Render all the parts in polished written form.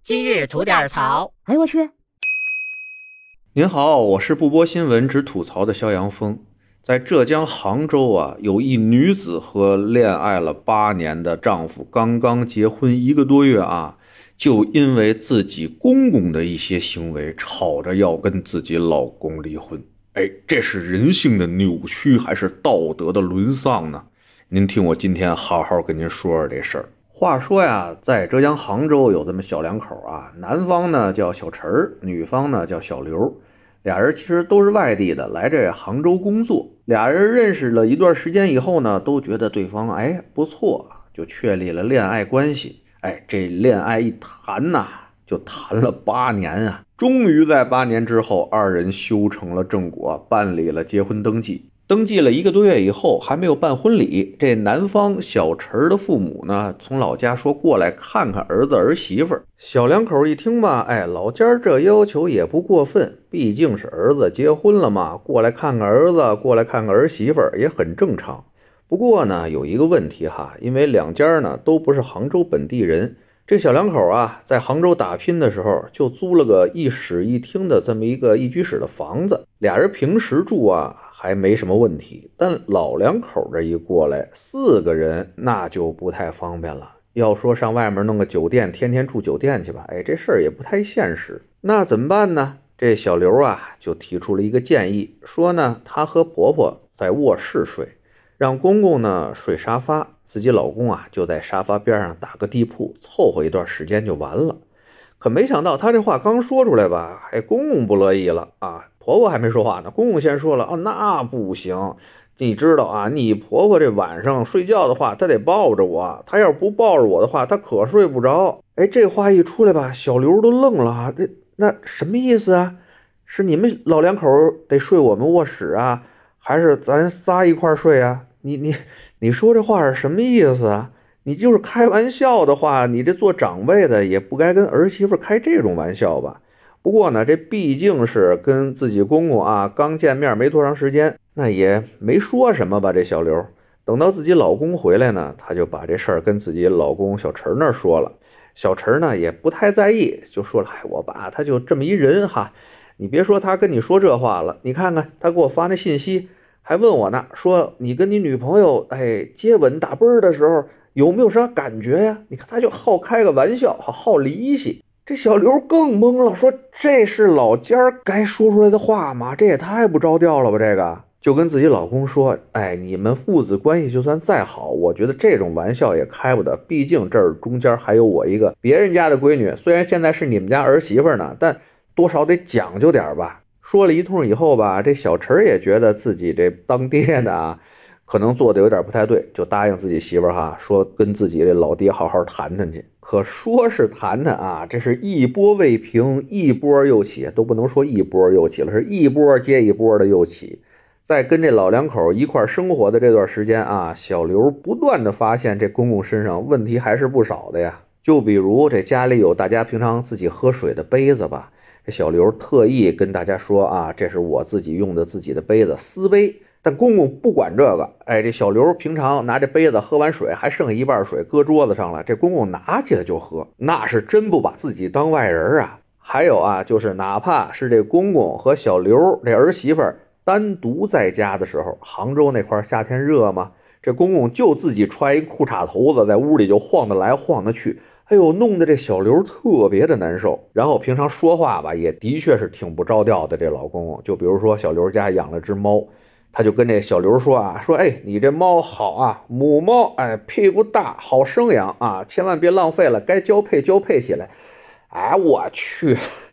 今日吐点槽。 哎我去！ 您好，我是不播新闻只吐槽的肖阳峰。在浙江杭州啊，有一女子和恋爱了8年的丈夫刚刚结婚1个多月啊，就因为自己公公的一些行为吵着要跟自己老公离婚。哎，这是人性的扭曲还是道德的沦丧呢？您听我今天好好跟您说说这事儿。话说呀，在浙江杭州有这么小两口啊，男方呢叫小陈儿，女方呢叫小刘。俩人其实都是外地的，来这杭州工作。俩人认识了一段时间以后呢，都觉得对方不错，就确立了恋爱关系。这恋爱一谈呐，就谈了8年啊。终于在8年之后，二人修成了正果，办理了结婚登记。登记了1个多月以后，还没有办婚礼。这男方小陈的父母呢，从老家说过来看看儿子儿媳妇儿。小两口一听吧，老家这要求也不过分，毕竟是儿子结婚了嘛，过来看看儿子，过来看看儿媳妇儿也很正常。不过呢，有一个问题哈，因为两家呢都不是杭州本地人。这小两口啊，在杭州打拼的时候，就租了个1室1厅的这么一个1居室的房子。俩人平时住啊还没什么问题，但老两口这一过来4个人，那就不太方便了。要说上外面弄个酒店，天天住酒店去吧，这事儿也不太现实。那怎么办呢？这小刘啊就提出了一个建议，说呢她和婆婆在卧室睡，让公公呢睡沙发，自己老公啊就在沙发边上打个地铺，凑合一段时间就完了。可没想到他这话刚说出来吧，公公不乐意了啊！婆婆还没说话呢，公公先说了，那不行，你知道啊，你婆婆这晚上睡觉的话，她得抱着我，她要不抱着我的话，她可睡不着。这话一出来吧，小刘都愣了啊，那什么意思啊？是你们老两口得睡我们卧室啊，还是咱仨一块睡啊？你说这话是什么意思啊？你就是开玩笑的话，你这做长辈的也不该跟儿媳妇开这种玩笑吧。不过呢，这毕竟是跟自己公公啊刚见面没多长时间，那也没说什么吧。这小刘等到自己老公回来呢，他就把这事儿跟自己老公小陈那儿说了。小陈呢也不太在意，就说了，我爸他就这么一人哈，你别说他跟你说这话了，你看看他给我发那信息还问我呢，说你跟你女朋友接吻打啵的时候有没有啥感觉呀？你看他就好开个玩笑，好离析。这小刘更懵了，说这是老家该说出来的话吗？这也太不着调了吧。这个就跟自己老公说，你们父子关系就算再好，我觉得这种玩笑也开不得，毕竟这儿中间还有我一个别人家的闺女，虽然现在是你们家儿媳妇呢，但多少得讲究点吧。说了一通以后吧，这小陈也觉得自己这当爹的啊可能做的有点不太对，就答应自己媳妇儿说跟自己这老爹好好谈谈去。可说是谈谈啊，这是一波未平一波又起，都不能说一波又起了，是一波接一波的又起。在跟这老两口一块生活的这段时间啊，小刘不断的发现这公公身上问题还是不少的呀。就比如这家里有大家平常自己喝水的杯子吧，这小刘特意跟大家说啊，这是我自己用的自己的杯子，私杯。但公公不管这个，这小刘平常拿这杯子喝完水还剩下一半水搁桌子上了，这公公拿起来就喝，那是真不把自己当外人啊。还有啊，就是哪怕是这公公和小刘这儿媳妇单独在家的时候，杭州那块夏天热嘛，这公公就自己揣一裤衩头子在屋里就晃得来晃得去，弄得这小刘特别的难受。然后平常说话吧，也的确是挺不着调的。这老公公就比如说小刘家养了只猫，他就跟这小刘说啊，说你这猫好啊，母猫屁股大，好生养啊，千万别浪费了，该交配交配起来。我去，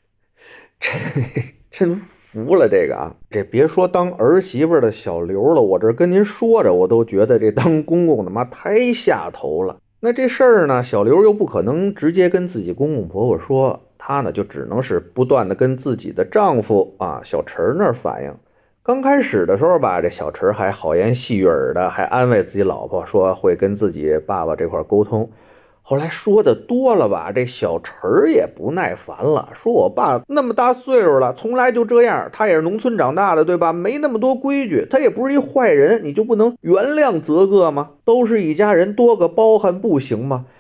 真服了这个啊！这别说当儿媳妇的小刘了，我这跟您说着，我都觉得这当公公的妈太下头了。那这事儿呢，小刘又不可能直接跟自己公公婆婆说，她呢就只能是不断的跟自己的丈夫啊小陈那儿反映。刚开始的时候吧，这小陈还好言细语的，还安慰自己老婆说会跟自己爸爸这块沟通。后来说的多了吧，这小陈也不耐烦了，说我爸那么大岁数了，从来就这样，他也是农村长大的，对吧？没那么多规矩，他也不是一坏人，你就不能原谅则个吗？都是一家人，多个包涵不行吗？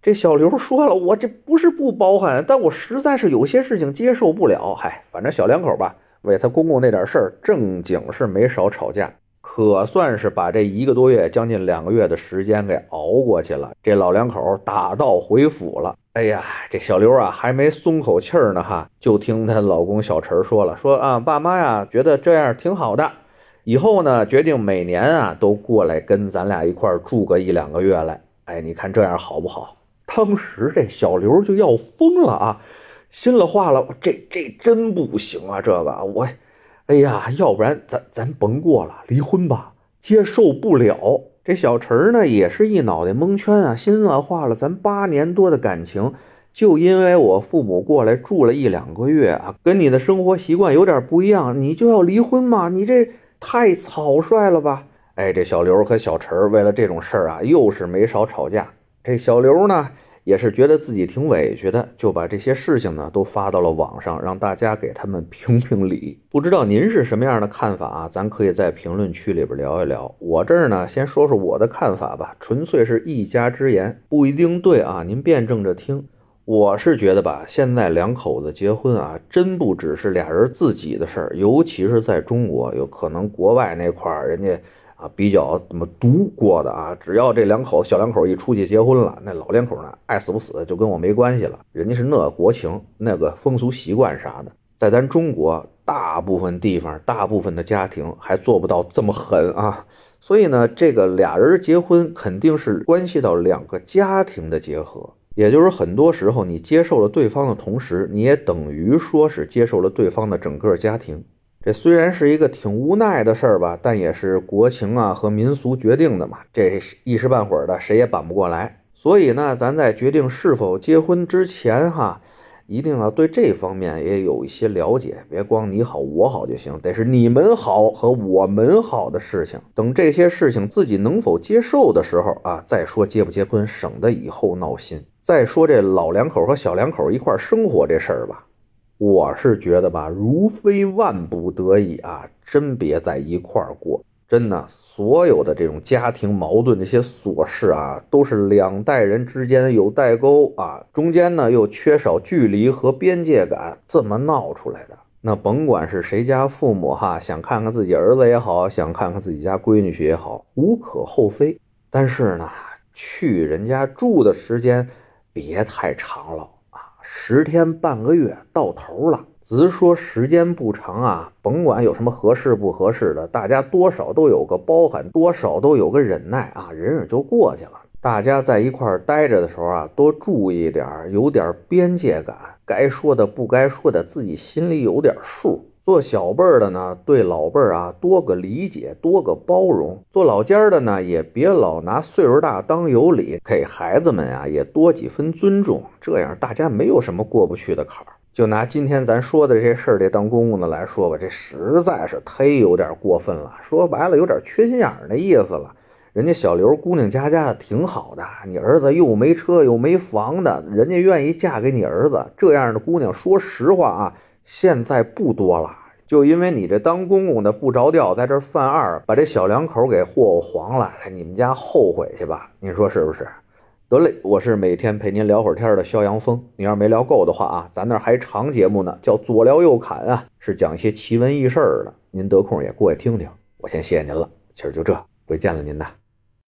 这小刘说了，我这不是不包涵，但我实在是有些事情接受不了。反正小两口吧，为他公公那点事儿，正经是没少吵架，可算是把这1个多月将近2个月的时间给熬过去了。这老两口打道回府了。哎呀，这小刘啊还没松口气儿呢就听她老公小陈说了，说啊，爸妈呀觉得这样挺好的，以后呢决定每年都过来跟咱俩一块儿住个1、2个月来。你看这样好不好？当时这小刘就要疯了心里话了，这真不行这个我，哎呀，要不然咱甭过了，离婚吧，接受不了。这小陈呢也是一脑袋蒙圈心里话了，咱8年多的感情，就因为我父母过来住了1、2个月跟你的生活习惯有点不一样，你就要离婚吗？你这太草率了吧？这小刘和小陈为了这种事儿又是没少吵架。这小刘呢也是觉得自己挺委屈的，就把这些事情呢都发到了网上，让大家给他们评评理。不知道您是什么样的看法咱可以在评论区里边聊一聊。我这儿呢先说说我的看法吧，纯粹是一家之言，不一定对您辩证着听。我是觉得吧，现在2口子结婚真不只是俩人自己的事儿，尤其是在中国，有可能国外那块儿人家比较怎么独过的只要这小两口一出去结婚了，那老两口呢爱死不死就跟我没关系了，人家是那国情那个风俗习惯啥的，在咱中国大部分地方大部分的家庭还做不到这么狠所以呢这个俩人结婚肯定是关系到2个家庭的结合，也就是很多时候你接受了对方的同时，你也等于说是接受了对方的整个家庭。这虽然是一个挺无奈的事儿吧，但也是国情和民俗决定的嘛，这一时半会儿的谁也扳不过来。所以呢咱在决定是否结婚之前一定要对这方面也有一些了解，别光你好我好就行，得是你们好和我们好的事情。等这些事情自己能否接受的时候再说结不结婚，省得以后闹心。再说这老两口和小两口一块生活这事儿吧，我是觉得吧，如非万不得已真别在一块儿过。真的，所有的这种家庭矛盾这些琐事都是2代人之间有代沟中间呢又缺少距离和边界感，这么闹出来的。那甭管是谁家父母想看看自己儿子也好，想看看自己家闺女婿也好，无可厚非。但是呢，去人家住的时间别太长了10天半个月到头了。只说时间不长甭管有什么合适不合适的，大家多少都有个包涵，多少都有个忍耐忍忍就过去了。大家在一块儿待着的时候多注意点，有点边界感，该说的不该说的自己心里有点数。做小辈儿的呢，对老辈儿多个理解，多个包容；做老尖儿的呢，也别老拿岁数大当有理，给孩子们也多几分尊重，这样大家没有什么过不去的坎儿。就拿今天咱说的这些事儿，这当公公的来说吧，这实在是忒有点过分了，说白了有点缺心眼儿的意思了。人家小刘姑娘家的挺好的，你儿子又没车又没房的，人家愿意嫁给你儿子，这样的姑娘说实话现在不多了。就因为你这当公公的不着调，在这犯二，把这小两口给霍霍黄了，你们家后悔去吧，你说是不是？得嘞，我是每天陪您聊会儿天的肖阳峰，你要是没聊够的话咱那还长节目呢，叫左聊右侃是讲一些奇闻异事的，您得空也过去听听。我先谢谢您了，今儿就这，回见了您呐。